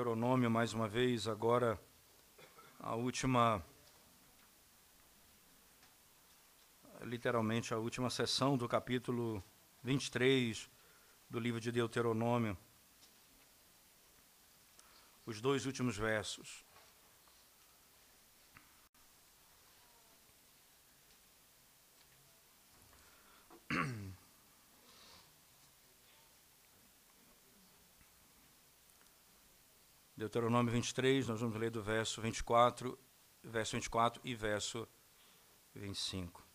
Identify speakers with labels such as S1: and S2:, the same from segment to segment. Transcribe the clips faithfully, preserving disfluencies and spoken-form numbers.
S1: Deuteronômio mais uma vez, agora a última, literalmente a última sessão do capítulo vinte e três do livro de Deuteronômio, os dois últimos versos. Deuteronômio vinte e três, nós vamos ler do verso vinte e quatro, verso vinte e quatro e verso vinte e cinco.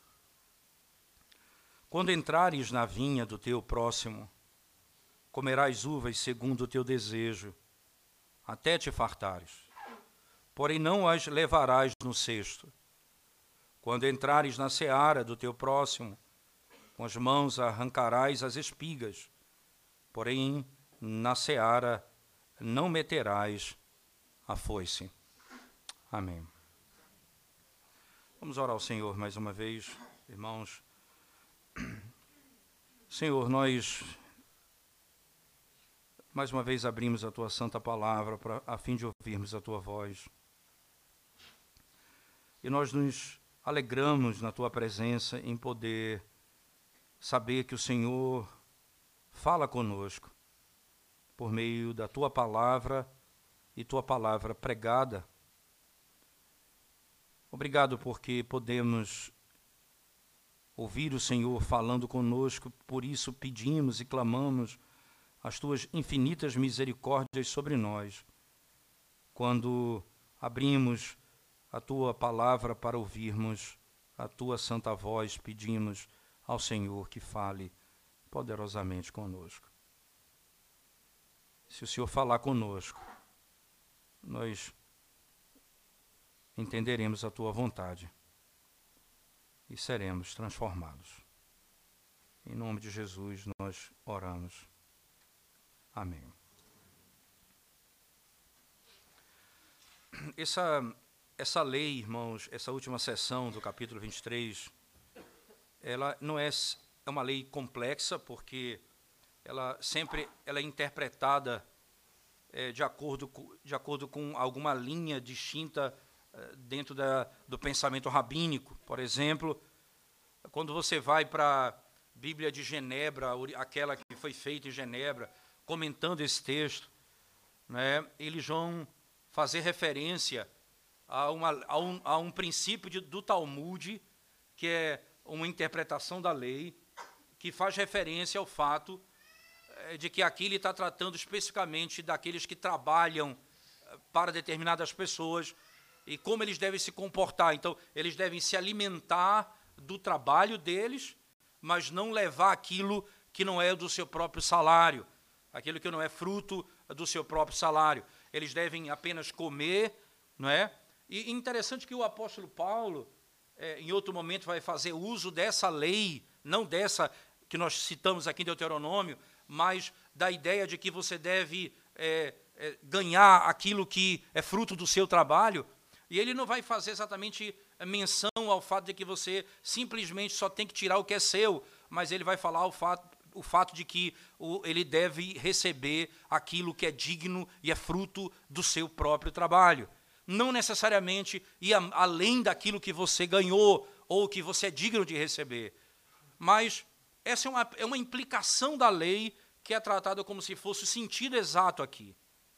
S1: Quando entrares na vinha do teu próximo, comerás uvas segundo o teu desejo, até te fartares, porém não as levarás no cesto. Quando entrares na seara do teu próximo, com as mãos arrancarás as espigas, porém na seara não meterás a foice. Amém. Vamos orar ao Senhor mais uma vez, irmãos. Senhor, nós mais uma vez abrimos a Tua Santa Palavra pra, a fim de ouvirmos a Tua voz. E nós nos alegramos na Tua presença em poder saber que o Senhor fala conosco por meio da Tua Palavra e Tua Palavra pregada. Obrigado porque podemos ouvir o Senhor falando conosco, por isso pedimos e clamamos as Tuas infinitas misericórdias sobre nós, quando abrimos a Tua Palavra para ouvirmos a Tua santa voz, pedimos ao Senhor que fale poderosamente conosco. Se o Senhor falar conosco, nós entenderemos a Tua vontade e seremos transformados. Em nome de Jesus nós oramos. Amém. Essa, essa lei, irmãos, essa última sessão do capítulo vinte e três, ela não é, é uma lei complexa, porque ela sempre ela é interpretada é, de, acordo com, de acordo com alguma linha distinta é, dentro da, do pensamento rabínico. Por exemplo, quando você vai para a Bíblia de Genebra, aquela que foi feita em Genebra, comentando esse texto, né, eles vão fazer referência a, uma, a, um, a um princípio de, do Talmud, que é uma interpretação da lei, que faz referência ao fato de que aqui ele está tratando especificamente daqueles que trabalham para determinadas pessoas e como eles devem se comportar. Então, eles devem se alimentar do trabalho deles, mas não levar aquilo que não é do seu próprio salário, aquilo que não é fruto do seu próprio salário. Eles devem apenas comer, não é? E interessante que o apóstolo Paulo, é, em outro momento, vai fazer uso dessa lei, não dessa que nós citamos aqui em Deuteronômio, mas da ideia de que você deve é, é, ganhar aquilo que é fruto do seu trabalho. E ele não vai fazer exatamente menção ao fato de que você simplesmente só tem que tirar o que é seu, mas ele vai falar o fato, o fato de que o, ele deve receber aquilo que é digno e é fruto do seu próprio trabalho. Não necessariamente ir a, além daquilo que você ganhou ou que você é digno de receber. Mas essa é uma, é uma implicação da lei que é tratada como se fosse o sentido exato aqui.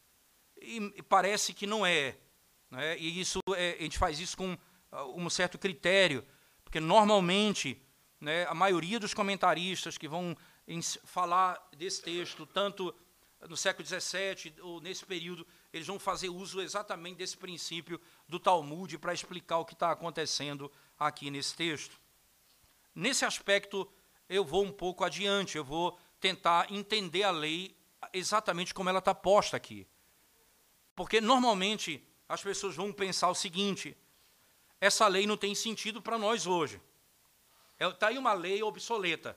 S1: E, e parece que não é. Né? E isso é, a gente faz isso com uh, um certo critério, porque normalmente, né, a maioria dos comentaristas que vão em, falar desse texto, tanto no século dezessete ou nesse período, eles vão fazer uso exatamente desse princípio do Talmud para explicar o que está acontecendo aqui nesse texto. Nesse aspecto, eu vou um pouco adiante, eu vou tentar entender a lei exatamente como ela está posta aqui. Porque, normalmente, as pessoas vão pensar o seguinte: essa lei não tem sentido para nós hoje. Está aí uma lei obsoleta.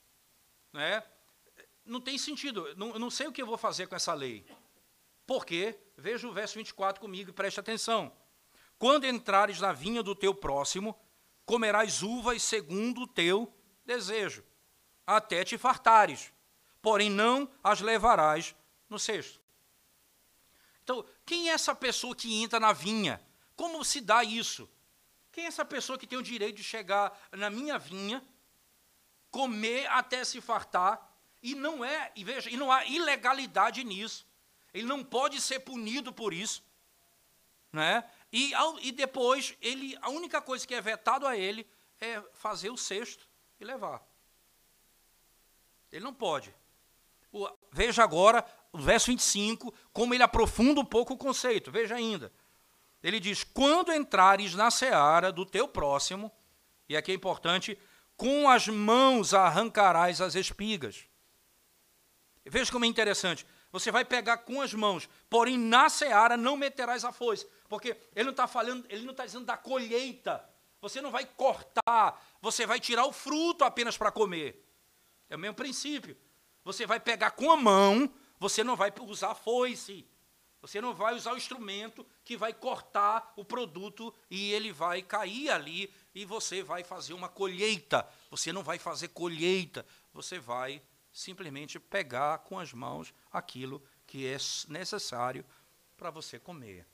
S1: Né? Não tem sentido, não, não sei o que eu vou fazer com essa lei. Por quê? Veja o verso vinte e quatro comigo e preste atenção. Quando entrares na vinha do teu próximo, comerás uvas segundo o teu desejo, até te fartares, porém não as levarás no cesto. Então, quem é essa pessoa que entra na vinha? Como se dá isso? Quem é essa pessoa que tem o direito de chegar na minha vinha, comer até se fartar, e não é, e veja, e não há ilegalidade nisso. Ele não pode ser punido por isso, né? E, ao, e depois, ele, a única coisa que é vetado a ele é fazer o cesto e levar. Ele não pode. O, veja agora o verso vinte e cinco, como ele aprofunda um pouco o conceito. Veja ainda. Ele diz, quando entrares na seara do teu próximo, e aqui é importante, com as mãos arrancarás as espigas. Veja como é interessante. Você vai pegar com as mãos, porém na seara não meterás a foice. Porque ele não está falando, ele não está dizendo da colheita. Você não vai cortar, você vai tirar o fruto apenas para comer. É o mesmo princípio. Você vai pegar com a mão, você não vai usar a foice. Você não vai usar o instrumento que vai cortar o produto e ele vai cair ali e você vai fazer uma colheita. Você não vai fazer colheita, você vai simplesmente pegar com as mãos aquilo que é necessário para você comer.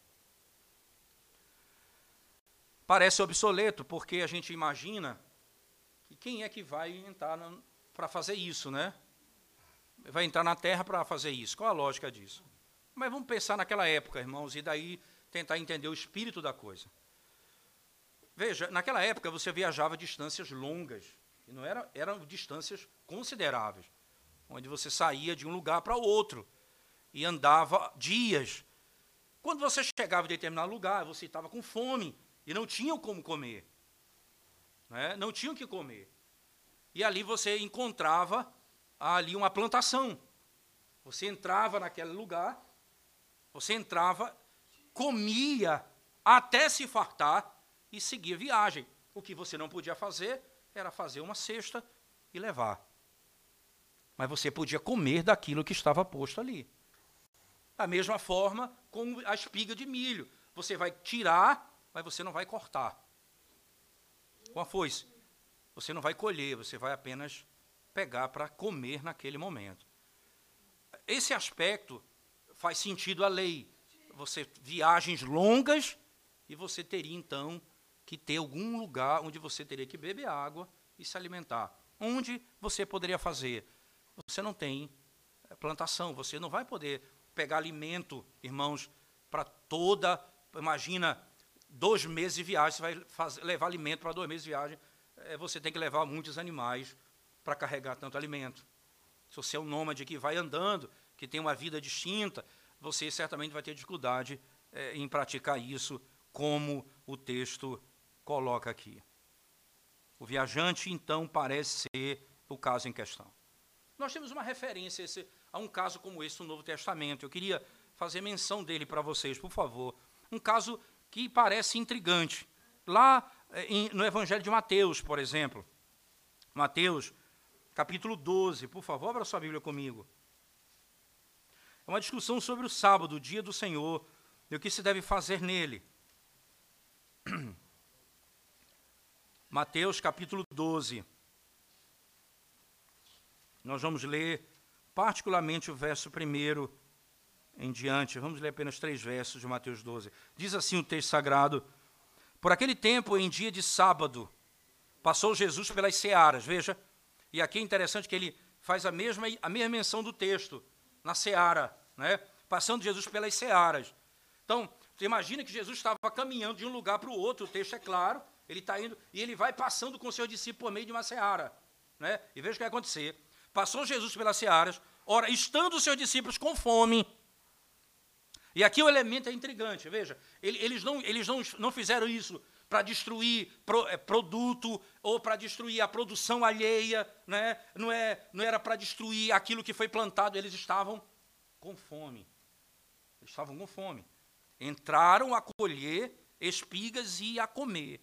S1: Parece obsoleto, porque a gente imagina que quem é que vai entrar para fazer isso, né? Vai entrar na terra para fazer isso. Qual a lógica disso? Mas vamos pensar naquela época, irmãos, e daí tentar entender o espírito da coisa. Veja, naquela época você viajava distâncias longas, e não era, eram distâncias consideráveis, onde você saía de um lugar para o outro e andava dias. Quando você chegava em determinado lugar, você estava com fome e não tinha como comer. Né? Não tinham o que comer. E ali você encontrava ali uma plantação. Você entrava naquele lugar, você entrava, comia até se fartar e seguia viagem. O que você não podia fazer era fazer uma cesta e levar. Mas você podia comer daquilo que estava posto ali. Da mesma forma como a espiga de milho. Você vai tirar, mas você não vai cortar. Com a foice. Você não vai colher, você vai apenas pegar para comer naquele momento. Esse aspecto faz sentido à lei. Você, viagens longas, e você teria, então, que ter algum lugar onde você teria que beber água e se alimentar. Onde você poderia fazer? Você não tem plantação, você não vai poder pegar alimento, irmãos, para toda, imagina, dois meses de viagem, você vai fazer, levar alimento para dois meses de viagem, é, você tem que levar muitos animais para carregar tanto alimento. Se você é um nômade que vai andando, que tem uma vida distinta, você certamente vai ter dificuldade é, em praticar isso, como o texto coloca aqui. O viajante, então, parece ser o caso em questão. Nós temos uma referência a, esse, a um caso como esse no Novo Testamento. Eu queria fazer menção dele para vocês, por favor. Um caso que parece intrigante. Lá em, no Evangelho de Mateus, por exemplo. Mateus, capítulo doze. Por favor, abra sua Bíblia comigo. É uma discussão sobre o sábado, o dia do Senhor, e o que se deve fazer nele. Mateus, capítulo doze. Nós vamos ler particularmente o verso primeiro em diante. Vamos ler apenas três versos de Mateus doze. Diz assim o texto sagrado: por aquele tempo, em dia de sábado, passou Jesus pelas searas. Veja, e aqui é interessante que ele faz a mesma, a mesma menção do texto, na seara, né? Passando Jesus pelas searas. Então, você imagina que Jesus estava caminhando de um lugar para o outro, o texto é claro, ele está indo, e ele vai passando com seus discípulos por meio de uma seara. Né? E veja o que vai acontecer. Passou Jesus pelas searas, ora, estando os seus discípulos com fome. E aqui o elemento é intrigante, veja, eles não, eles não, não fizeram isso para destruir pro, é, produto ou para destruir a produção alheia, né? não, é, não era para destruir aquilo que foi plantado, eles estavam com fome. Eles estavam com fome. Entraram a colher espigas e a comer.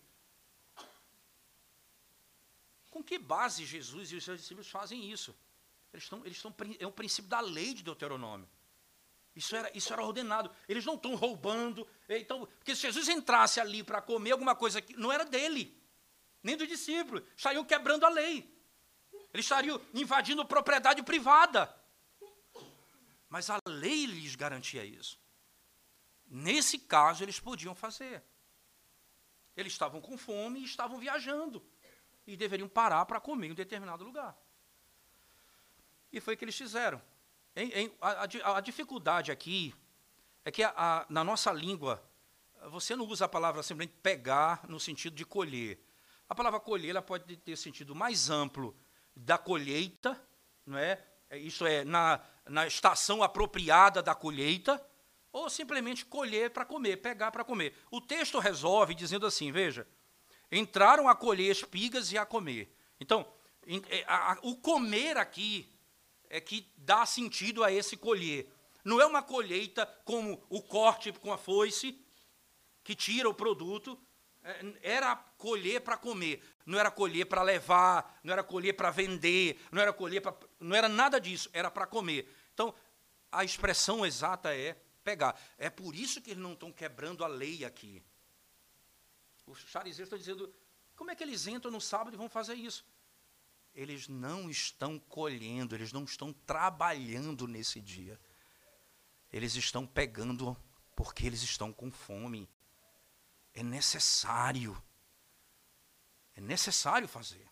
S1: Com que base Jesus e os seus discípulos fazem isso? Eles estão, eles estão, é um princípio da lei de Deuteronômio. Isso era, isso era ordenado. Eles não estão roubando. Então, porque se Jesus entrasse ali para comer alguma coisa que não era dele, nem do discípulo, estariam quebrando a lei. Eles estariam invadindo propriedade privada. Mas a lei lhes garantia isso. Nesse caso, eles podiam fazer. Eles estavam com fome e estavam viajando. E deveriam parar para comer em um determinado lugar. E foi o que eles fizeram. Em, em, a, a, a dificuldade aqui é que a, a, na nossa língua, você não usa a palavra simplesmente pegar no sentido de colher. A palavra colher ela pode ter sentido mais amplo da colheita, não é? Isso é, na, na estação apropriada da colheita, ou simplesmente colher para comer, pegar para comer. O texto resolve dizendo assim, veja, entraram a colher espigas e a comer. Então, a, a, o comer aqui é que dá sentido a esse colher. Não é uma colheita como o corte com a foice, que tira o produto, era colher para comer, não era colher para levar, não era colher para vender, não era colher para, não era nada disso, era para comer. Então, a expressão exata é pegar. É por isso que eles não estão quebrando a lei aqui. Os fariseus estão dizendo, como é que eles entram no sábado e vão fazer isso? Eles não estão colhendo, eles não estão trabalhando nesse dia. Eles estão pegando porque eles estão com fome. É necessário. É necessário fazer.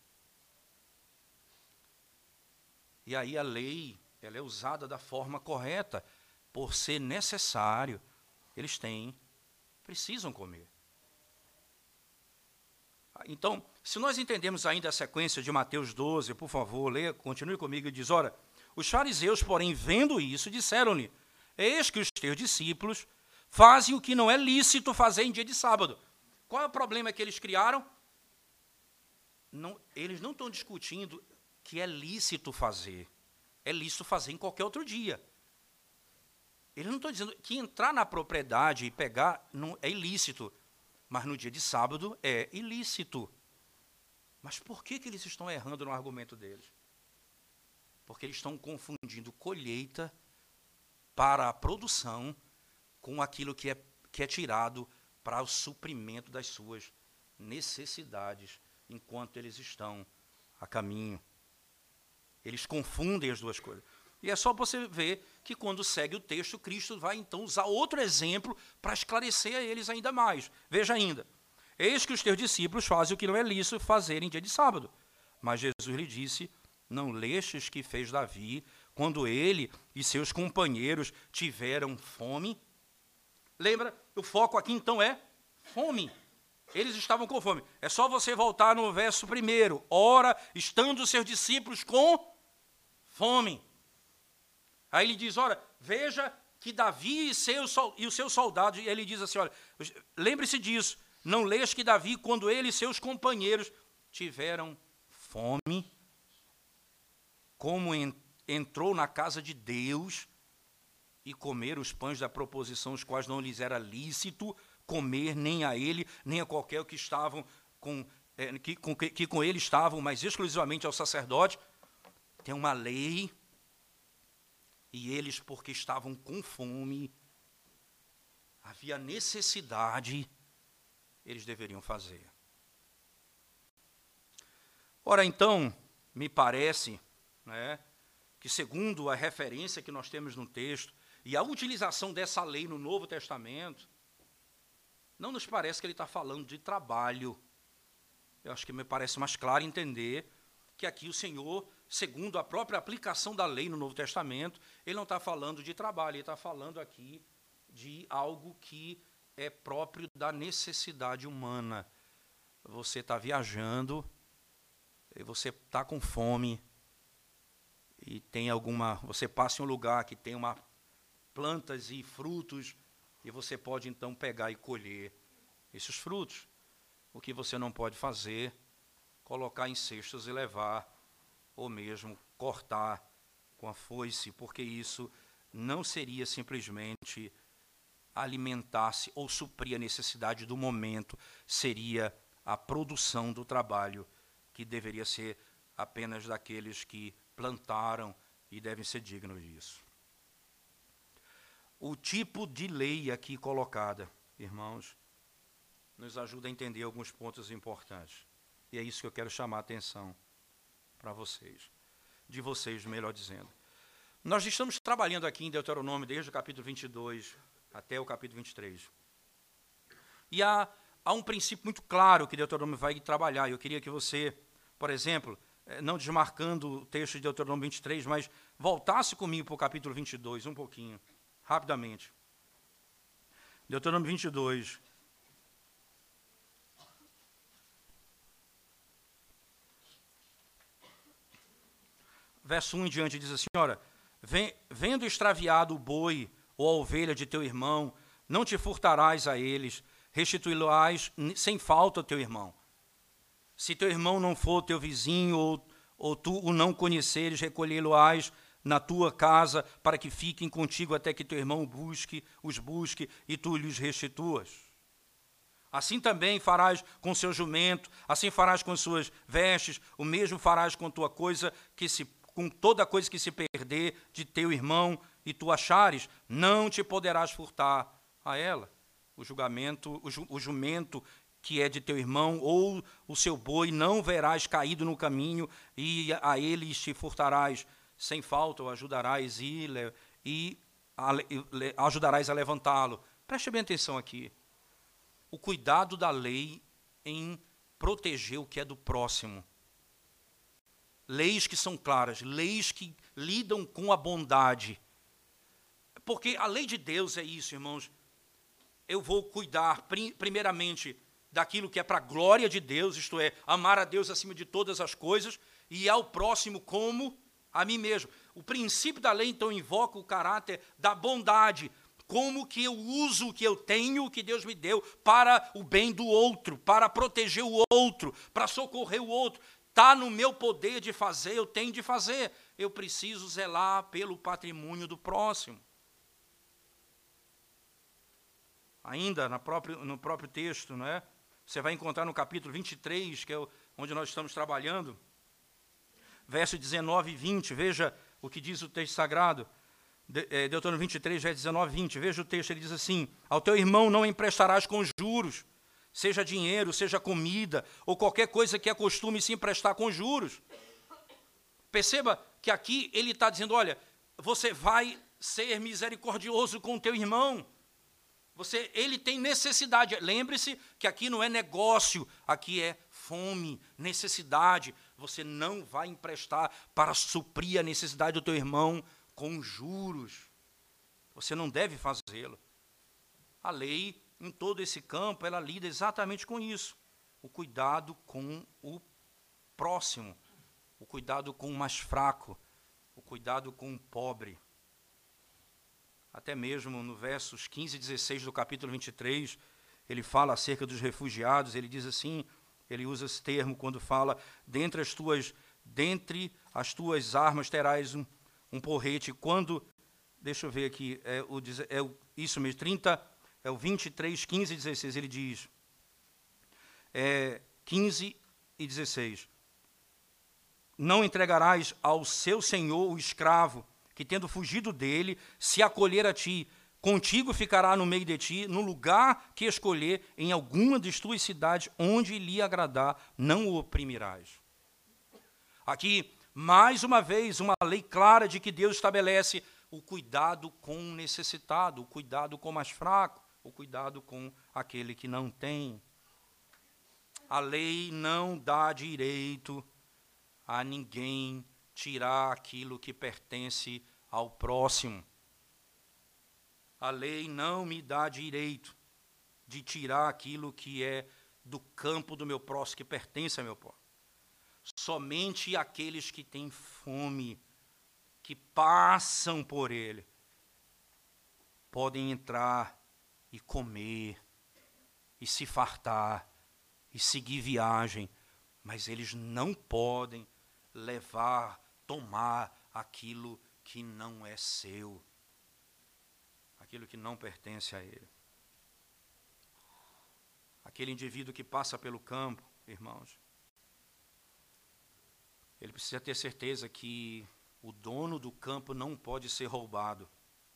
S1: E aí a lei, ela é usada da forma correta. Por ser necessário, eles têm, precisam comer. Então, se nós entendemos ainda a sequência de Mateus doze, por favor, leia, continue comigo e diz, ora, os fariseus, porém, vendo isso, disseram-lhe, eis que os teus discípulos fazem o que não é lícito fazer em dia de sábado. Qual é o problema que eles criaram? Não, eles não estão discutindo que é lícito fazer. É lícito fazer em qualquer outro dia. Eles não estão dizendo que entrar na propriedade e pegar não é ilícito, mas no dia de sábado é ilícito. Mas por que, que eles estão errando no argumento deles? Porque eles estão confundindo colheita para a produção com aquilo que é, que é tirado para o suprimento das suas necessidades, enquanto eles estão a caminho. Eles confundem as duas coisas. E é só você ver que quando segue o texto, Cristo vai então usar outro exemplo para esclarecer a eles ainda mais. Veja ainda, eis que os teus discípulos fazem o que não é lícito fazer em dia de sábado. Mas Jesus lhe disse, não lestes que fez Davi, quando ele e seus companheiros tiveram fome? Lembra, o foco aqui então é fome. Eles estavam com fome. É só você voltar no verso primeiro. Ora, estando os seus discípulos com fome. Aí ele diz, ora, veja que Davi e, seus, e os seus soldados, e ele diz assim, olha, lembre-se disso, não leis que Davi, quando ele e seus companheiros tiveram fome, como en, entrou na casa de Deus e comer os pães da proposição, os quais não lhes era lícito comer nem a ele, nem a qualquer que estavam com, é, que, com, que com ele estavam, mas exclusivamente ao sacerdote. Tem uma lei. E eles, porque estavam com fome, havia necessidade, eles deveriam fazer. Ora, então, me parece, né, que segundo a referência que nós temos no texto, e a utilização dessa lei no Novo Testamento, não nos parece que ele está falando de trabalho. Eu acho que me parece mais claro entender que aqui o Senhor, segundo a própria aplicação da lei no Novo Testamento, ele não está falando de trabalho, ele está falando aqui de algo que é próprio da necessidade humana. Você está viajando, e você está com fome, e tem alguma, você passa em um lugar que tem uma, plantas e frutos, e você pode então pegar e colher esses frutos. O que você não pode fazer, colocar em cestos e levar, ou mesmo cortar com a foice, porque isso não seria simplesmente alimentar-se ou suprir a necessidade do momento, seria a produção do trabalho, que deveria ser apenas daqueles que plantaram e devem ser dignos disso. O tipo de lei aqui colocada, irmãos, nos ajuda a entender alguns pontos importantes. E é isso que eu quero chamar a atenção para vocês, de vocês, melhor dizendo. Nós estamos trabalhando aqui em Deuteronômio desde o capítulo vinte e dois, até o capítulo vinte e três. E há, há um princípio muito claro que Deuteronômio vai trabalhar. Eu queria que você, por exemplo, não desmarcando o texto de Deuteronômio vinte e três, mas voltasse comigo para o capítulo vinte e dois, um pouquinho, rapidamente. Deuteronômio vinte e dois. Verso um em diante diz assim, ora, vendo extraviado o boi ou a ovelha de teu irmão, não te furtarás a eles, restituí-lo-ás sem falta ao teu irmão. Se teu irmão não for teu vizinho, ou, ou tu o não conheceres, recolhê-lo-ás na tua casa, para que fiquem contigo até que teu irmão busque, os busque, e tu lhes restituas. Assim também farás com seu jumento, assim farás com suas vestes, o mesmo farás com tua coisa, que se, com toda coisa que se perder de teu irmão, e tu achares, não te poderás furtar a ela. O julgamento, o, ju, o jumento que é de teu irmão, ou o seu boi, não verás caído no caminho, e a eles te furtarás sem falta, ou ajudarás, e, e, a, e ajudarás a levantá-lo. Preste bem atenção aqui. O cuidado da lei em proteger o que é do próximo. Leis que são claras, leis que lidam com a bondade. Porque a lei de Deus é isso, irmãos. Eu vou cuidar, primeiramente, daquilo que é para a glória de Deus, isto é, amar a Deus acima de todas as coisas, e ao próximo como a mim mesmo. O princípio da lei, então, invoca o caráter da bondade, como que eu uso o que eu tenho, o que Deus me deu, para o bem do outro, para proteger o outro, para socorrer o outro. Está no meu poder de fazer, eu tenho de fazer. Eu preciso zelar pelo patrimônio do próximo. Ainda na própria, no próprio texto, não é? Você vai encontrar no capítulo vinte e três, que é onde nós estamos trabalhando, verso dezenove e vinte, veja o que diz o texto sagrado, Deuteronômio vinte e três, verso dezenove e vinte, veja o texto, ele diz assim, ao teu irmão não emprestarás com juros, seja dinheiro, seja comida, ou qualquer coisa que é costume se emprestar com juros. Perceba que aqui ele está dizendo, olha, você vai ser misericordioso com o teu irmão. Você, ele tem necessidade. Lembre-se que aqui não é negócio, aqui é fome, necessidade. Você não vai emprestar para suprir a necessidade do teu irmão com juros. Você não deve fazê-lo. A lei, em todo esse campo, ela lida exatamente com isso. O cuidado com o próximo, o cuidado com o mais fraco, o cuidado com o pobre. Até mesmo no versos quinze e dezesseis do capítulo vinte e três, ele fala acerca dos refugiados, ele diz assim, ele usa esse termo quando fala, dentre as tuas, dentre as tuas armas terás um, um porrete. Quando, deixa eu ver aqui, é, o, é o, isso mesmo, trinta, é o vinte e três, quinze e dezesseis, ele diz, é, quinze e dezesseis, não entregarás ao seu senhor o escravo, que tendo fugido dele, se acolher a ti, contigo ficará no meio de ti, no lugar que escolher, em alguma das tuas cidades, onde lhe agradar, não o oprimirás. Aqui, mais uma vez, uma lei clara de que Deus estabelece o cuidado com o necessitado, o cuidado com o mais fraco, o cuidado com aquele que não tem. A lei não dá direito a ninguém tirar aquilo que pertence ao próximo. A lei não me dá direito de tirar aquilo que é do campo do meu próximo, que pertence ao meu próximo. Somente aqueles que têm fome, que passam por ele, podem entrar e comer, e se fartar, e seguir viagem, mas eles não podem levar, tomar aquilo que não é seu, aquilo que não pertence a ele. Aquele indivíduo que passa pelo campo, irmãos, ele precisa ter certeza que o dono do campo não pode ser roubado.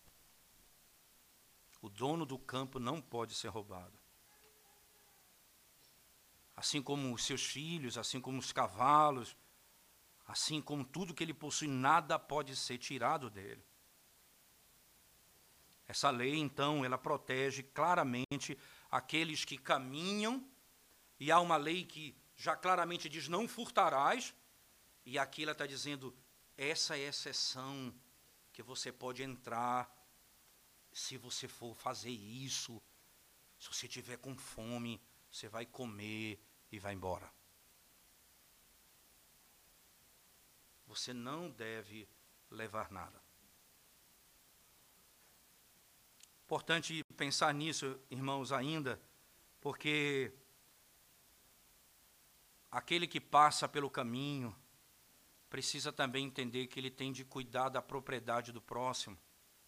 S1: O dono do campo não pode ser roubado. Assim como os seus filhos, assim como os cavalos, assim como tudo que ele possui, nada pode ser tirado dele. Essa lei, então, ela protege claramente aqueles que caminham, e há uma lei que já claramente diz não furtarás, e aqui ela está dizendo, essa é a exceção que você pode entrar se você for fazer isso. Se você tiver com fome, você vai comer e vai embora. Você não deve levar nada. Importante pensar nisso, irmãos, ainda, porque aquele que passa pelo caminho precisa também entender que ele tem de cuidar da propriedade do próximo.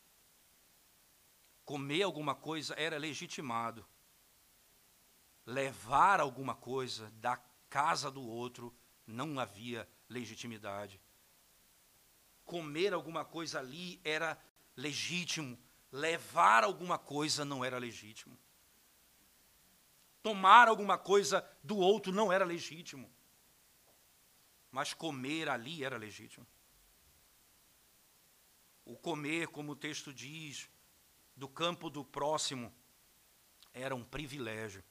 S1: Comer alguma coisa era legitimado. Levar alguma coisa da casa do outro não havia legitimidade. Comer alguma coisa ali era legítimo. Levar alguma coisa não era legítimo. Tomar alguma coisa do outro não era legítimo. Mas comer ali era legítimo. O comer, como o texto diz, do campo do próximo, era um privilégio.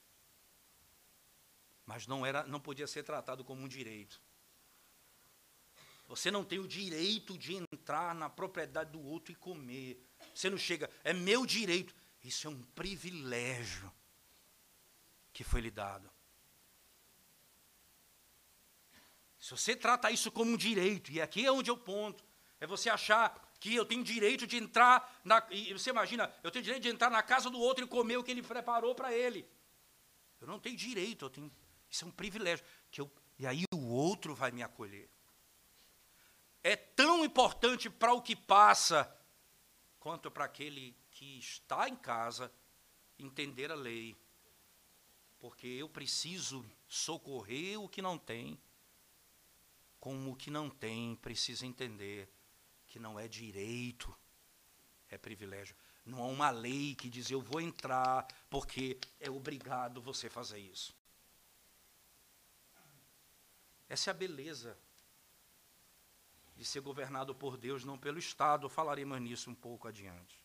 S1: Mas não, era, não podia ser tratado como um direito. Você não tem o direito de entrar na propriedade do outro e comer. Você não chega, é meu direito. Isso é um privilégio que foi lhe dado. Se você trata isso como um direito, e aqui é onde eu ponto, é você achar que eu tenho direito de entrar, na, e você imagina, eu tenho direito de entrar na casa do outro e comer o que ele preparou para ele. Eu não tenho direito, eu tenho, isso é um privilégio. Que eu, e aí o outro vai me acolher. É tão importante para o que passa, quanto para aquele que está em casa, entender a lei. Porque eu preciso socorrer o que não tem, como o que não tem precisa entender que não é direito, é privilégio. Não há uma lei que diz eu vou entrar porque é obrigado você fazer isso. Essa é a beleza de ser governado por Deus, não pelo Estado. Falaremos nisso um pouco adiante.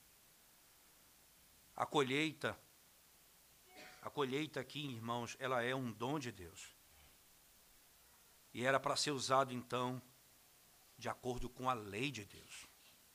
S1: A colheita, a colheita aqui, irmãos, ela é um dom de Deus. E era para ser usado, então, de acordo com a lei de Deus.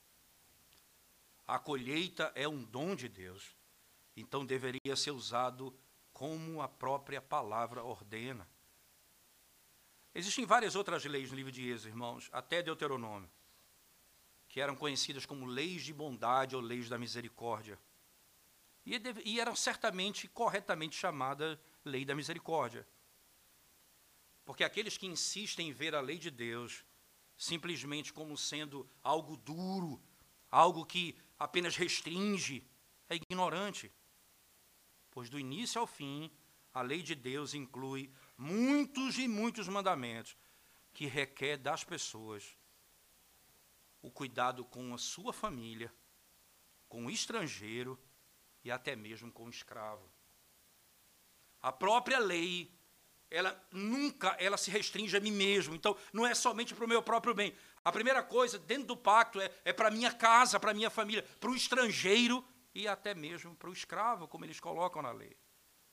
S1: A colheita é um dom de Deus, então deveria ser usado como a própria palavra ordena. Existem várias outras leis no livro de Êxodo, irmãos, até Deuteronômio, que eram conhecidas como leis de bondade ou leis da misericórdia. E, deve, e eram certamente corretamente chamadas lei da misericórdia. Porque aqueles que insistem em ver a lei de Deus simplesmente como sendo algo duro, algo que apenas restringe, é ignorante. Pois do início ao fim, a lei de Deus inclui muitos e muitos mandamentos que requer das pessoas o cuidado com a sua família, com o estrangeiro e até mesmo com o escravo. A própria lei, ela nunca ela se restringe a mim mesmo. Então, não é somente para o meu próprio bem. A primeira coisa, dentro do pacto, é, é para a minha casa, para a minha família, para o estrangeiro e até mesmo para o escravo, como eles colocam na lei.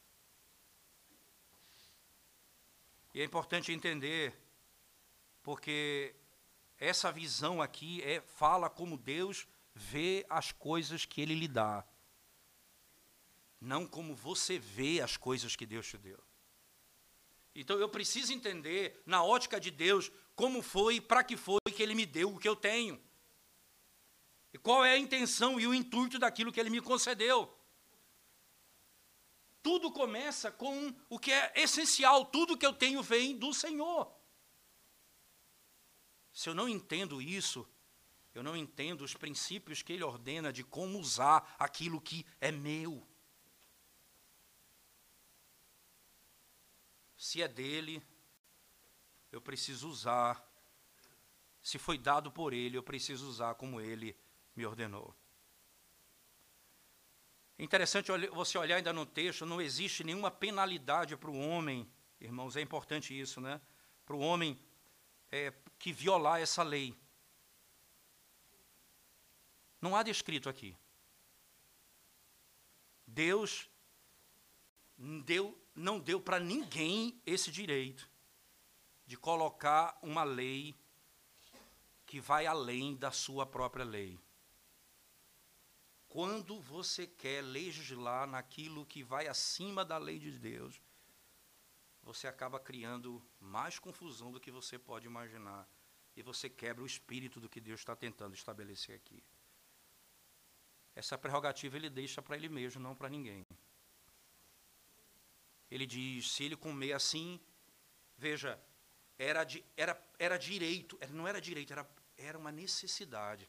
S1: E é importante entender, porque essa visão aqui é, fala como Deus vê as coisas que Ele lhe dá, não como você vê as coisas que Deus te deu. Então eu preciso entender, na ótica de Deus, como foi, para que foi que Ele me deu o que eu tenho. E qual é a intenção e o intuito daquilo que Ele me concedeu. Tudo começa com o que é essencial, tudo que eu tenho vem do Senhor. Se eu não entendo isso, eu não entendo os princípios que Ele ordena de como usar aquilo que é meu. Se é dele, eu preciso usar. Se foi dado por ele, eu preciso usar como ele me ordenou. É interessante você olhar ainda no texto, não existe nenhuma penalidade para o homem, irmãos, é importante isso, né? Para o homem é, que violar essa lei. Não há descrito aqui. Deus deu, não deu para ninguém esse direito de colocar uma lei que vai além da sua própria lei. Quando você quer legislar naquilo que vai acima da lei de Deus, você acaba criando mais confusão do que você pode imaginar. E você quebra o espírito do que Deus está tentando estabelecer aqui. Essa prerrogativa ele deixa para ele mesmo, não para ninguém. Ele diz, se ele comer assim, veja, era, de, era, era direito, não era direito, era, era uma necessidade.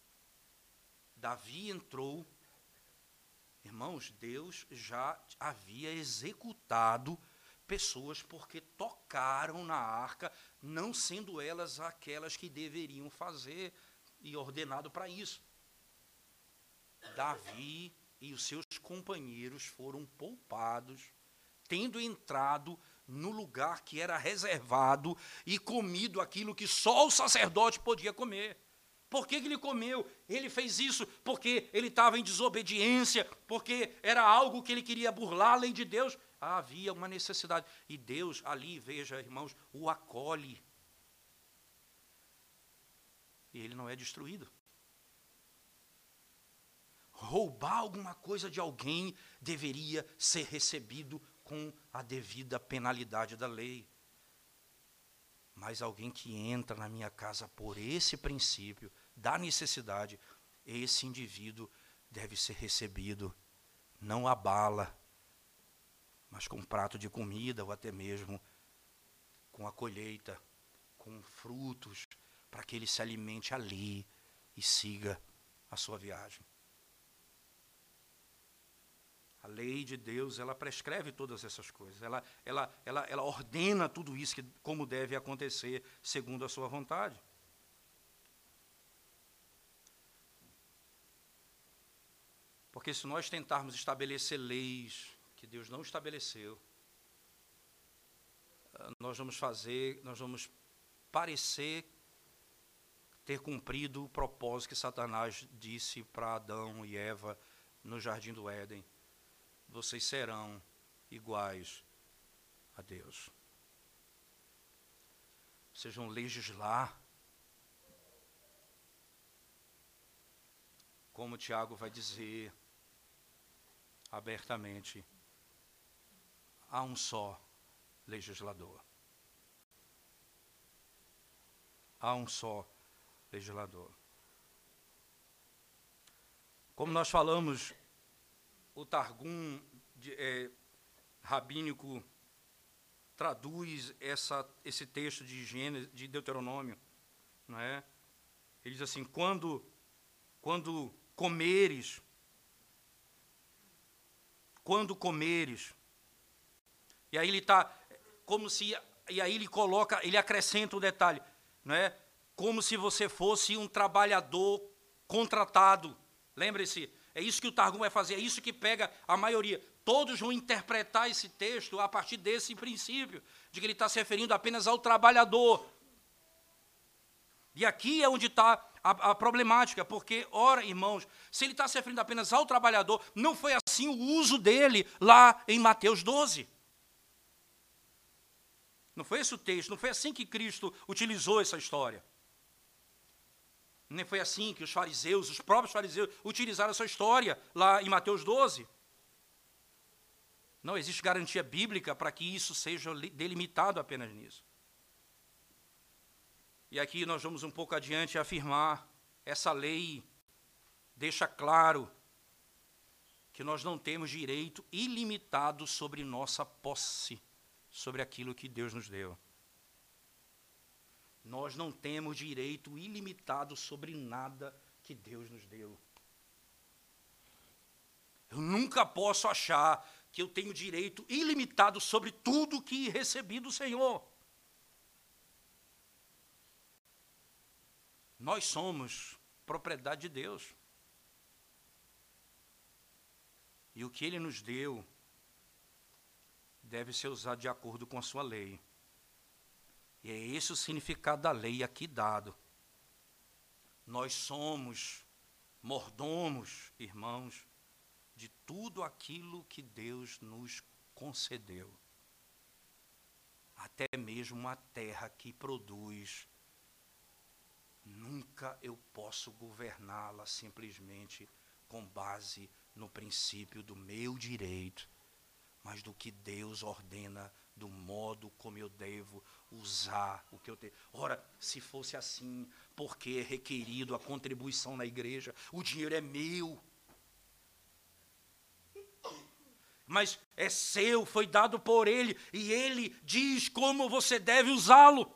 S1: Davi entrou, irmãos, Deus já havia executado pessoas porque tocaram na arca, não sendo elas aquelas que deveriam fazer e ordenado para isso. Davi e os seus companheiros foram poupados, tendo entrado no lugar que era reservado e comido aquilo que só o sacerdote podia comer. Por que que ele comeu? Ele fez isso porque ele estava em desobediência, porque era algo que ele queria burlar a lei de Deus. Havia uma necessidade. E Deus ali, veja, irmãos, o acolhe. E ele não é destruído. Roubar alguma coisa de alguém deveria ser recebido com a devida penalidade da lei. Mas alguém que entra na minha casa por esse princípio da necessidade, esse indivíduo deve ser recebido, não a bala, mas com um prato de comida, ou até mesmo com a colheita, com frutos, para que ele se alimente ali e siga a sua viagem. A lei de Deus, ela prescreve todas essas coisas, ela, ela, ela, ela ordena tudo isso, que, como deve acontecer, segundo a sua vontade. Porque se nós tentarmos estabelecer leis que Deus não estabeleceu, nós vamos fazer, nós vamos parecer ter cumprido o propósito que Satanás disse para Adão e Eva no Jardim do Éden. Vocês serão iguais a Deus. Vocês vão legislar, como Tiago vai dizer abertamente, há um só legislador. Há um só legislador. Como nós falamos, o Targum de, é, rabínico traduz essa, esse texto de Gênesis, de Deuteronômio, não é? Ele diz assim, quando, quando comeres, quando comeres, e aí ele está, como se, e aí ele coloca, ele acrescenta um detalhe, não é? Como se você fosse um trabalhador contratado. Lembre-se, é isso que o Targum vai fazer, é isso que pega a maioria. Todos vão interpretar esse texto a partir desse princípio, de que ele está se referindo apenas ao trabalhador. E aqui é onde está a, a problemática, porque, ora, irmãos, se ele está se referindo apenas ao trabalhador, não foi assim o uso dele lá em Mateus doze. Não foi esse o texto, não foi assim que Cristo utilizou essa história. Nem foi assim que os fariseus, os próprios fariseus, utilizaram essa história lá em Mateus doze. Não existe garantia bíblica para que isso seja delimitado apenas nisso. E aqui nós vamos um pouco adiante afirmar, essa lei deixa claro que nós não temos direito ilimitado sobre nossa posse, sobre aquilo que Deus nos deu. Nós não temos direito ilimitado sobre nada que Deus nos deu. Eu nunca posso achar que eu tenho direito ilimitado sobre tudo que recebi do Senhor. Nós somos propriedade de Deus. E o que Ele nos deu deve ser usado de acordo com a sua lei. E é esse o significado da lei aqui dado. Nós somos mordomos, irmãos, de tudo aquilo que Deus nos concedeu. Até mesmo uma terra que produz, nunca eu posso governá-la simplesmente com base no princípio do meu direito, mas do que Deus ordena, do modo como eu devo usar o que eu tenho. Ora, se fosse assim, por que é requerido a contribuição na igreja? O dinheiro é meu. Mas é seu, foi dado por ele, e ele diz como você deve usá-lo.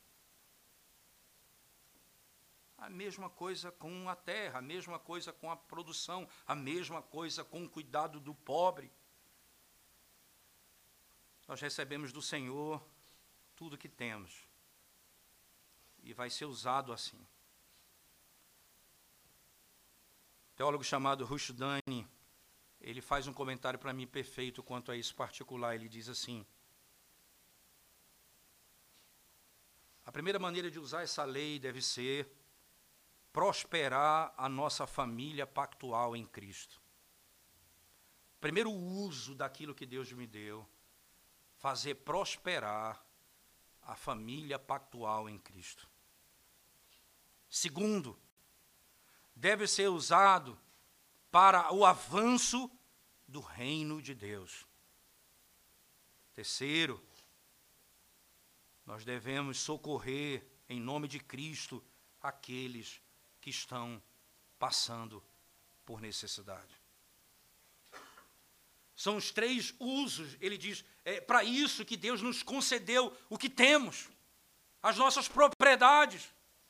S1: A mesma coisa com a terra, a mesma coisa com a produção, a mesma coisa com o cuidado do pobre. Nós recebemos do Senhor tudo que temos, e vai ser usado assim. Um teólogo chamado Rushduni, ele faz um comentário para mim perfeito quanto a isso particular. Ele diz assim: a primeira maneira de usar essa lei deve ser prosperar a nossa família pactual em Cristo. Primeiro uso daquilo que Deus me deu, fazer prosperar a família pactual em Cristo. Segundo, deve ser usado para o avanço do reino de Deus. Terceiro, nós devemos socorrer em nome de Cristo aqueles que estão passando por necessidade. São os três usos, ele diz, é para isso que Deus nos concedeu o que temos, as nossas propriedades.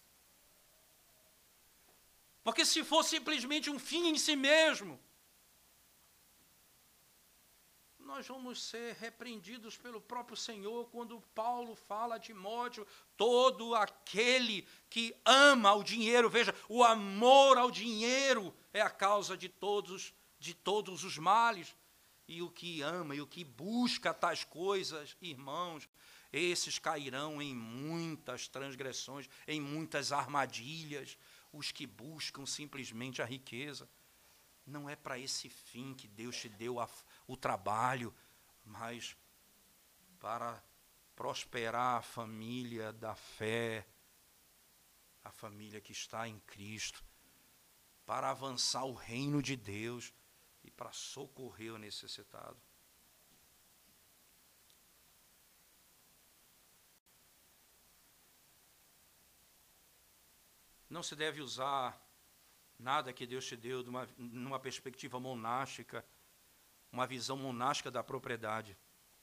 S1: Porque se for simplesmente um fim em si mesmo, nós vamos ser repreendidos pelo próprio Senhor quando Paulo fala a Timóteo, todo aquele que ama o dinheiro, veja, o amor ao dinheiro é a causa de todos, de todos os males. E o que ama e o que busca tais coisas, irmãos, esses cairão em muitas transgressões, em muitas armadilhas. Os que buscam simplesmente a riqueza. Não é para esse fim que Deus te deu a, o trabalho, mas para prosperar a família da fé, a família que está em Cristo, para avançar o reino de Deus e para socorrer o necessitado. Não se deve usar nada que Deus te deu de uma, numa perspectiva monástica, uma visão monástica da propriedade.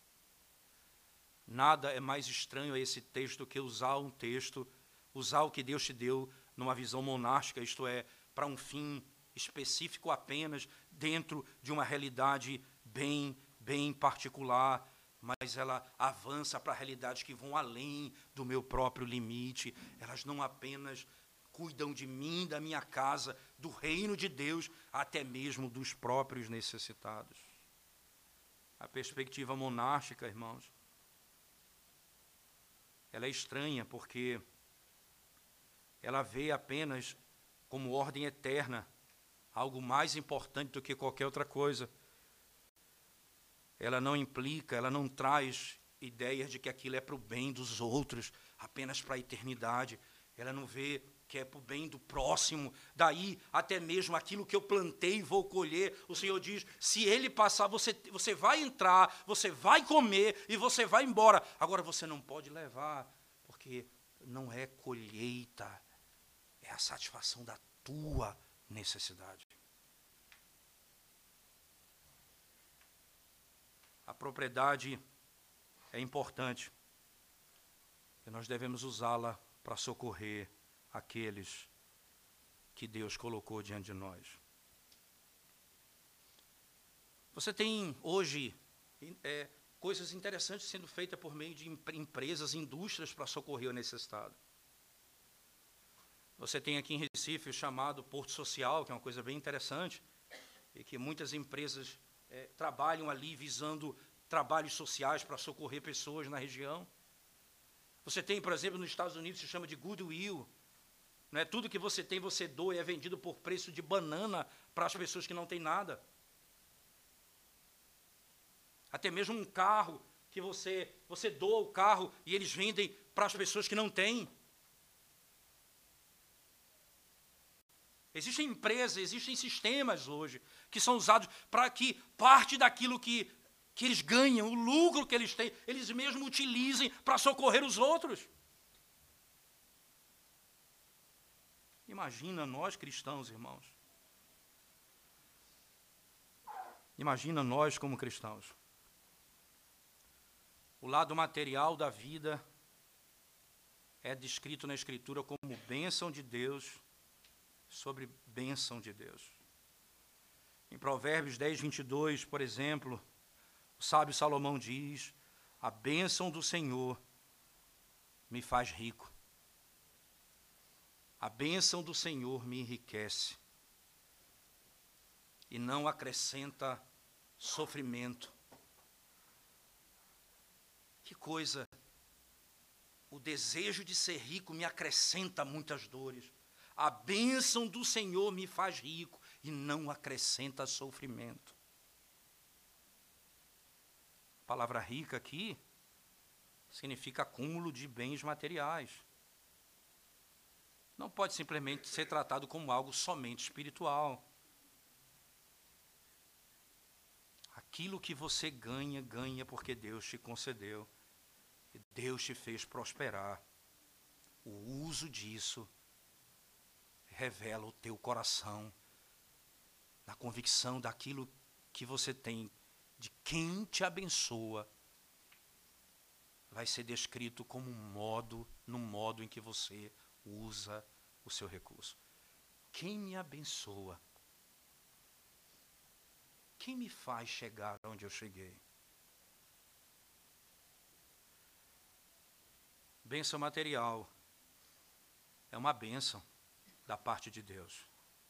S1: Nada é mais estranho a esse texto do que usar um texto, usar o que Deus te deu numa visão monástica, isto é, para um fim específico apenas, dentro de uma realidade bem, bem particular, mas ela avança para realidades que vão além do meu próprio limite. Elas não apenas cuidam de mim, da minha casa, do reino de Deus, até mesmo dos próprios necessitados. A perspectiva monástica, irmãos, ela é estranha porque ela vê apenas como ordem eterna, algo mais importante do que qualquer outra coisa. Ela não implica, ela não traz ideias de que aquilo é para o bem dos outros, apenas para a eternidade. Ela não vê que é para o bem do próximo, daí até mesmo aquilo que eu plantei vou colher. O Senhor diz, se ele passar, você, você vai entrar, você vai comer e você vai embora. Agora você não pode levar, porque não é colheita, é a satisfação da tua necessidade. A propriedade é importante, e nós devemos usá-la para socorrer aqueles que Deus colocou diante de nós. Você tem hoje é, coisas interessantes sendo feitas por meio de empresas, indústrias para socorrer o necessitado. Você tem aqui em Recife o chamado Porto Social, que é uma coisa bem interessante, e que muitas empresas é, trabalham ali visando trabalhos sociais para socorrer pessoas na região. Você tem, por exemplo, nos Estados Unidos, se chama de Goodwill. Não é? Tudo que você tem, você doa e é vendido por preço de banana para as pessoas que não têm nada. Até mesmo um carro que você, você doa o carro e eles vendem para as pessoas que não têm. Existem empresas, existem sistemas hoje que são usados para que parte daquilo que, que eles ganham, o lucro que eles têm, eles mesmos utilizem para socorrer os outros. Imagina nós cristãos, irmãos. Imagina nós como cristãos. O lado material da vida é descrito na Escritura como bênção de Deus sobre bênção de Deus. Em Provérbios dez, vinte e dois, por exemplo, o sábio Salomão diz: a bênção do Senhor me faz rico. A bênção do Senhor me enriquece e não acrescenta sofrimento. Que coisa! O desejo de ser rico me acrescenta muitas dores. A bênção do Senhor me faz rico e não acrescenta sofrimento. A palavra rica aqui significa acúmulo de bens materiais. Não pode simplesmente ser tratado como algo somente espiritual. Aquilo que você ganha, ganha porque Deus te concedeu. E Deus te fez prosperar. O uso disso revela o teu coração, na convicção daquilo que você tem, de quem te abençoa, vai ser descrito como um modo, no modo em que você usa o seu recurso. Quem me abençoa? Quem me faz chegar onde eu cheguei? Bênção material é uma bênção da parte de Deus,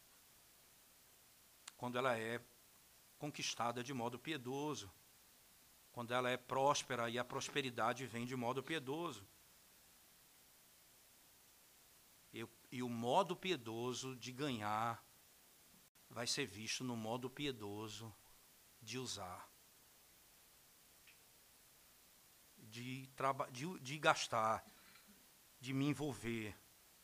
S1: quando ela é conquistada de modo piedoso, quando ela é próspera e a prosperidade vem de modo piedoso. E, e o modo piedoso de ganhar vai ser visto no modo piedoso de usar, de, de, de gastar, de me envolver.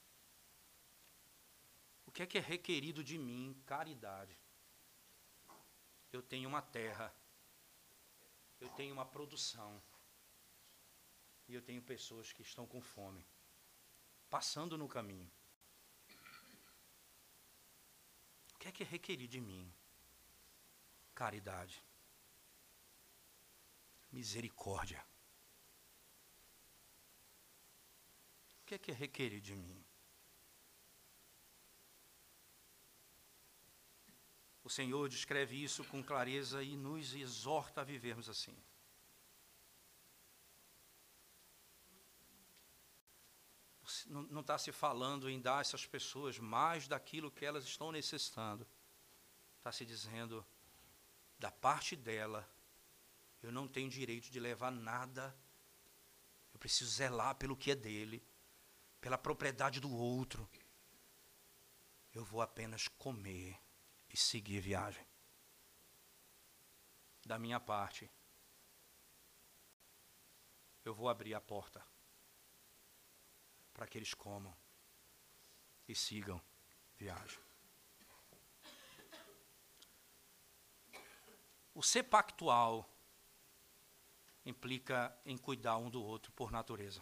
S1: O que é que é requerido de mim? Caridade. Eu tenho uma terra, eu tenho uma produção, e eu tenho pessoas que estão com fome, passando no caminho. O que é que é requerido de mim? Caridade. Misericórdia. O que é que é requerido de mim? O Senhor descreve isso com clareza e nos exorta a vivermos assim. Não está se falando em dar a essas pessoas mais daquilo que elas estão necessitando. Está se dizendo, da parte dela, eu não tenho direito de levar nada. Eu preciso zelar pelo que é dele, pela propriedade do outro. Eu vou apenas comer e seguir viagem. Da minha parte, eu vou abrir a porta para que eles comam e sigam viagem. O ser pactual implica em cuidar um do outro por natureza.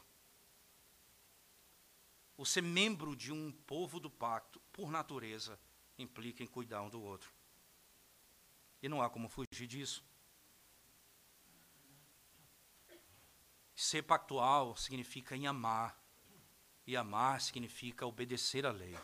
S1: O ser membro de um povo do pacto, por natureza, implica em cuidar um do outro. E não há como fugir disso. Ser pactual significa em amar. E amar significa obedecer à lei.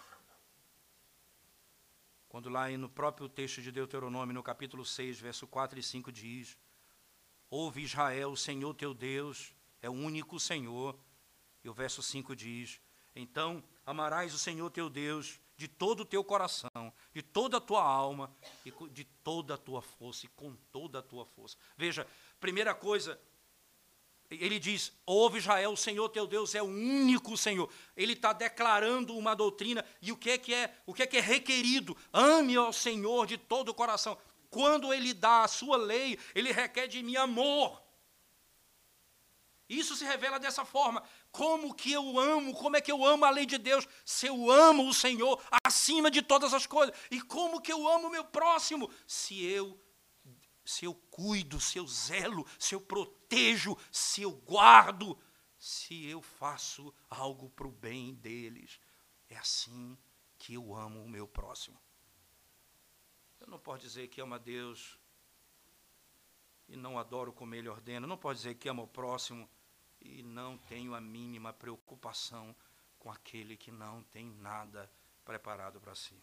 S1: Quando lá no próprio texto de Deuteronômio, no capítulo seis, verso quatro e cinco, diz: ouve Israel, o Senhor teu Deus é o único Senhor. E o verso cinco diz: então amarás o Senhor teu Deus de todo o teu coração, de toda a tua alma, e de toda a tua força, e com toda a tua força. Veja, primeira coisa, ele diz, ouve Israel, o Senhor teu Deus é o único Senhor. Ele está declarando uma doutrina, e o que é que é, o que é que é requerido? Ame ao Senhor de todo o coração. quando ele dá a sua lei, ele requer de mim amor. Isso se revela dessa forma. Como que eu amo, como é que eu amo a lei de Deus, se eu amo o Senhor acima de todas as coisas? E como que eu amo o meu próximo, se eu, se eu cuido, se eu zelo, se eu protejo, se eu guardo, se eu faço algo para o bem deles? É assim que eu amo o meu próximo. Eu não posso dizer que amo a Deus e não adoro como Ele ordena. Eu não posso dizer que amo o próximo e não tenho a mínima preocupação com aquele que não tem nada preparado para si.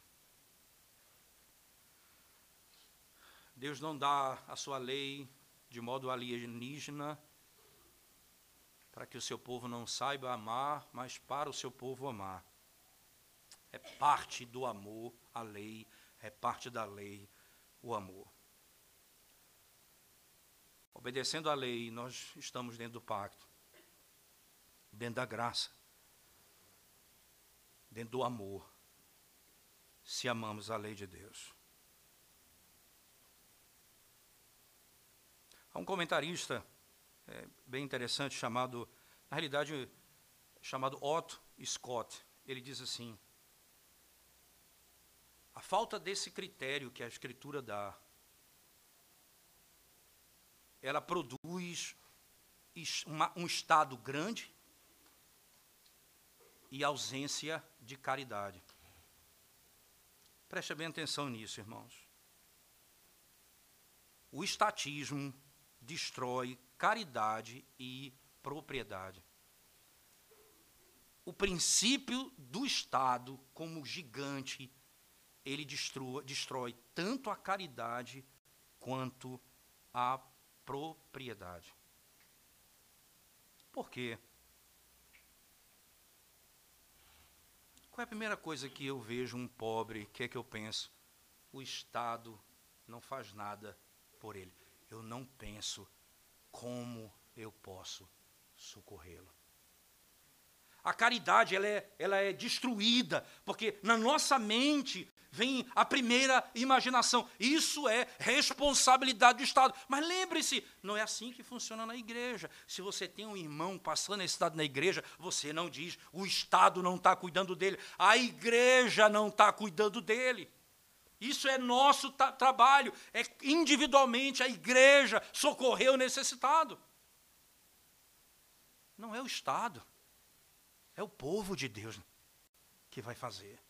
S1: Deus não dá a sua lei de modo alienígena para que o seu povo não saiba amar, mas para o seu povo amar. É parte do amor a lei, é parte da lei o amor. Obedecendo à lei, nós estamos dentro do pacto, dentro da graça, dentro do amor, se amamos a lei de Deus. Há um comentarista é, bem interessante chamado, na realidade, chamado Otto Scott. Ele diz assim: a falta desse critério que a Escritura dá, ela produz uma, um estado grande e ausência de caridade. Preste bem atenção nisso, irmãos. O estatismo destrói caridade e propriedade. O princípio do Estado, como gigante, ele destrói, destrói tanto a caridade quanto a propriedade. Por quê? Qual é a primeira coisa que eu vejo um pobre, o que é que eu penso? O Estado não faz nada por ele. Eu não penso como eu posso socorrê-lo. A caridade ela é, ela é destruída, porque na nossa mente vem a primeira imaginação. Isso é responsabilidade do Estado. Mas lembre-se, não é assim que funciona na igreja. Se você tem um irmão passando necessidade na igreja, você não diz, o Estado não está cuidando dele, a igreja não está cuidando dele. Isso é nosso tra- trabalho, é individualmente a igreja socorrer o necessitado. Não é o Estado, é o povo de Deus que vai fazer.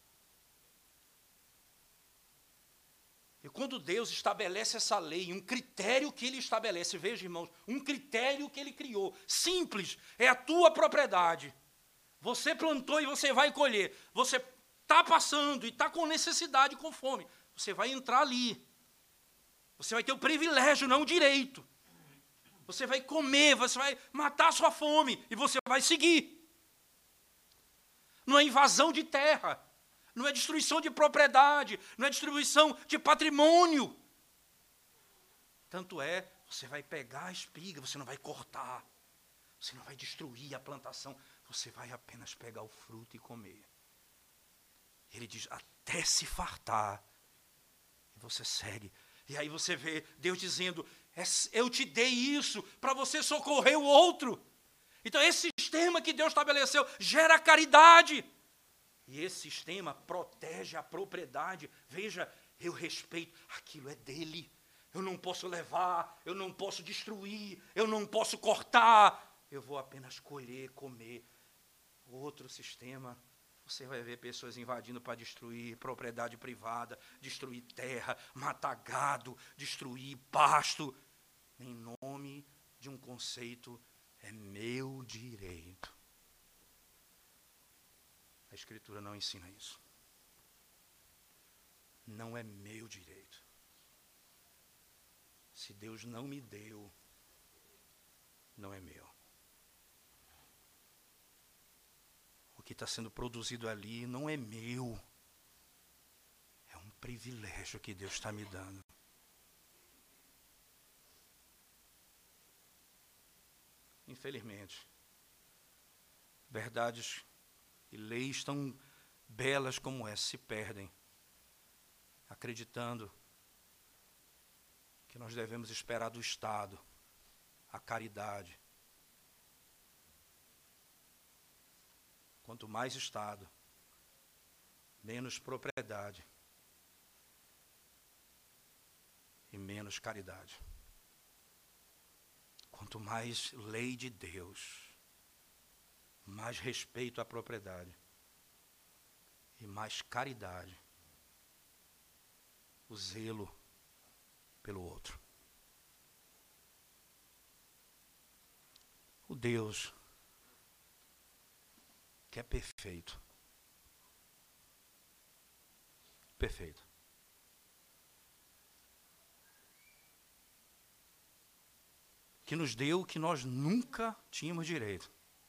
S1: E quando Deus estabelece essa lei, um critério que Ele estabelece, veja, irmãos, um critério que Ele criou, simples, é a tua propriedade. Você plantou e você vai colher. Você está passando e está com necessidade, com fome. Você vai entrar ali. Você vai ter o privilégio, não o direito. Você vai comer, você vai matar a sua fome e você vai seguir. Não é invasão de terra. Não é destruição de propriedade, não é distribuição de patrimônio. Tanto é, você vai pegar a espiga, você não vai cortar, você não vai destruir a plantação, você vai apenas pegar o fruto e comer. Ele diz, até se fartar, e você segue. E aí você vê Deus dizendo, eu te dei isso para você socorrer o outro. Então esse sistema que Deus estabeleceu gera caridade. E esse sistema protege a propriedade. Veja, eu respeito, aquilo é dele. Eu não posso levar, eu não posso destruir, eu não posso cortar. Eu vou apenas colher, comer. Outro sistema, você vai ver pessoas invadindo para destruir propriedade privada, destruir terra, matar gado, destruir pasto. Em nome de um conceito, é meu direito. A Escritura não ensina isso. Não é meu direito. Se Deus não me deu, não é meu. O que está sendo produzido ali não é meu. É um privilégio que Deus está me dando. Infelizmente, verdades e leis tão belas como essa se perdem, acreditando que nós devemos esperar do Estado, a caridade. Quanto mais Estado, menos propriedade e menos caridade. Quanto mais lei de Deus, mais respeito à propriedade e mais caridade, o zelo pelo outro. O Deus que é perfeito, perfeito, que nos deu o que nós nunca tínhamos direito.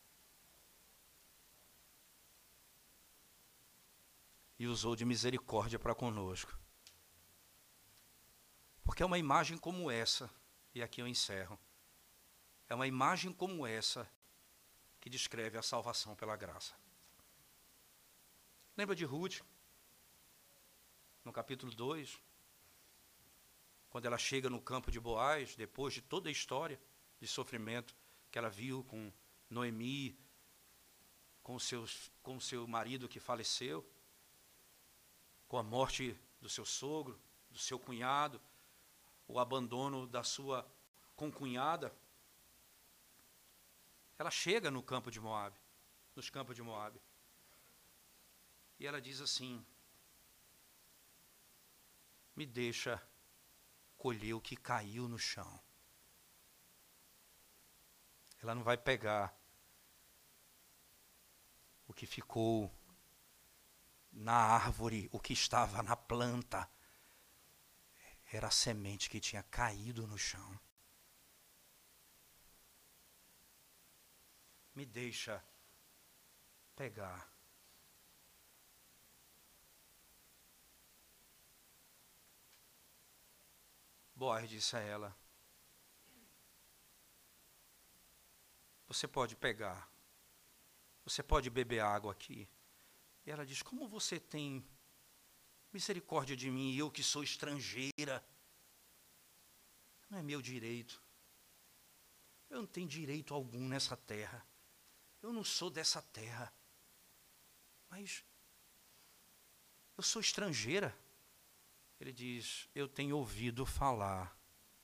S1: E usou de misericórdia para conosco. Porque é uma imagem como essa, e aqui eu encerro, é uma imagem como essa que descreve a salvação pela graça. Lembra de Ruth? No capítulo dois, quando ela chega no campo de Boaz, depois de toda a história de sofrimento que ela viu com Noemi, com seus, com seu marido que faleceu, com a morte do seu sogro, do seu cunhado, o abandono da sua concunhada. Ela chega no campo de Moabe, nos campos de Moabe, e ela diz assim: me deixa colher o que caiu no chão. Ela não vai pegar o que ficou na árvore, o que estava na planta. Era a semente que tinha caído no chão. Me deixa pegar. Boaz disse a ela: você pode pegar, você pode beber água aqui. E ela diz: como você tem misericórdia de mim, eu que sou estrangeira? Não é meu direito. Eu não tenho direito algum nessa terra. Eu não sou dessa terra. Mas eu sou estrangeira. Ele diz: eu tenho ouvido falar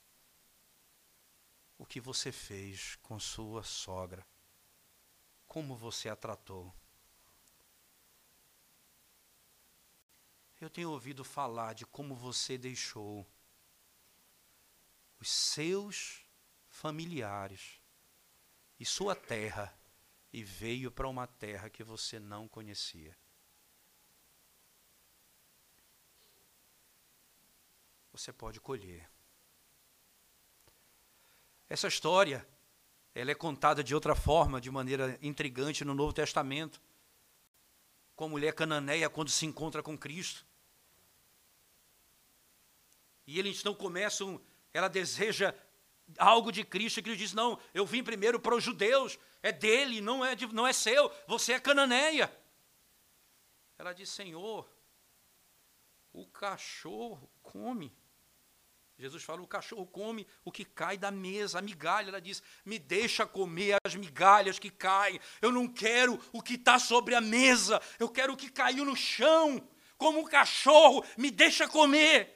S1: o que você fez com sua sogra, como você a tratou. Eu tenho ouvido falar de como você deixou os seus familiares e sua terra e veio para uma terra que você não conhecia. Você pode colher. Essa história, ela é contada de outra forma, de maneira intrigante no Novo Testamento, com a mulher cananeia quando se encontra com Cristo. E eles então começam, ela deseja algo de Cristo, e Cristo diz: não, eu vim primeiro para os judeus, é dele, não é, de, não é seu, você é cananeia. Ela diz: Senhor, o cachorro come. Jesus fala: o cachorro come o que cai da mesa, a migalha. Ela diz: me deixa comer as migalhas que caem. Eu não quero o que está sobre a mesa, eu quero o que caiu no chão. Como um cachorro, me deixa comer.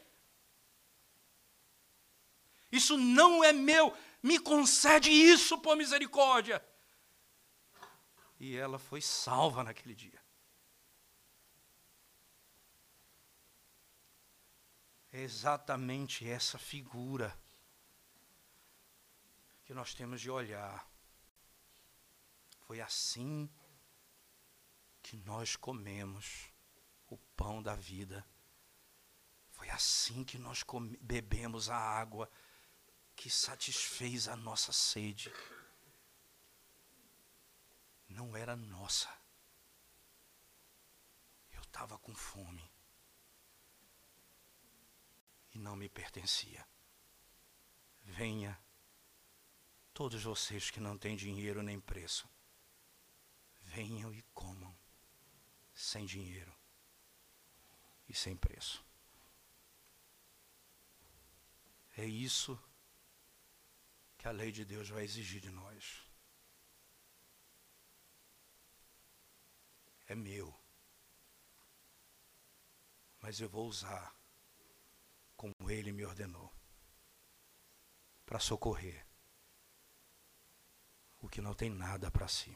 S1: Isso não é meu, me concede isso por misericórdia. E ela foi salva naquele dia. É exatamente essa figura que nós temos de olhar. Foi assim que nós comemos o pão da vida. Foi assim que nós come, bebemos a água que satisfez a nossa sede. Não era nossa. Eu estava com fome. E não me pertencia. Venha, todos vocês que não têm dinheiro nem preço, venham e comam, sem dinheiro e sem preço. É isso que a lei de Deus vai exigir de nós. É meu, mas eu vou usar como Ele me ordenou, para socorrer o que não tem nada para si.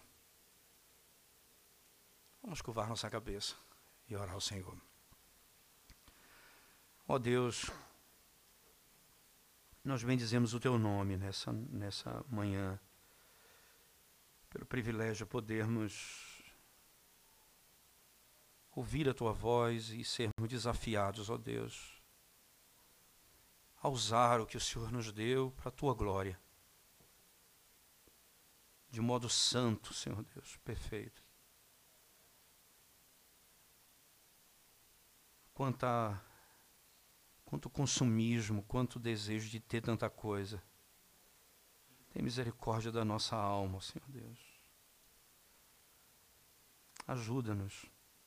S1: Vamos curvar nossa cabeça e orar ao Senhor. Ó Deus, nós bendizemos o Teu nome nessa, nessa manhã, pelo privilégio de podermos ouvir a Tua voz e sermos desafiados, ó Deus, a usar o que o Senhor nos deu para a Tua glória, de modo santo, Senhor Deus, perfeito. Quanta, quanto consumismo, quanto desejo de ter tanta coisa. Tem misericórdia da nossa alma, Senhor Deus. Ajuda-nos.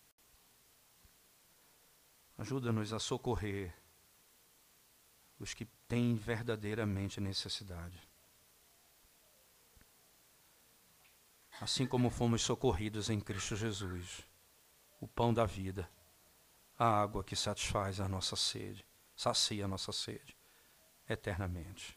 S1: Ajuda-nos a socorrer os que têm verdadeiramente necessidade. Assim como fomos socorridos em Cristo Jesus, o pão da vida, a água que satisfaz a nossa sede, sacia a nossa sede eternamente.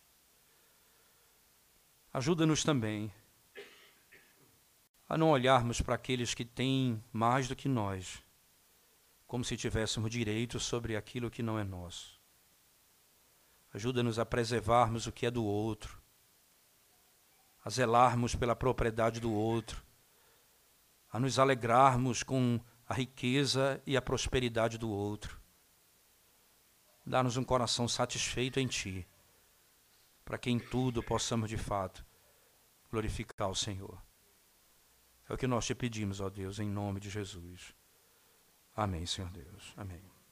S1: Ajuda-nos também a não olharmos para aqueles que têm mais do que nós, como se tivéssemos direito sobre aquilo que não é nosso. Ajuda-nos a preservarmos o que é do outro, a zelarmos pela propriedade do outro, a nos alegrarmos com a riqueza e a prosperidade do outro. Dá-nos um coração satisfeito em Ti, para que em tudo possamos de fato glorificar o Senhor. É o que nós te pedimos, ó Deus, em nome de Jesus. Amém, Senhor Deus. Amém.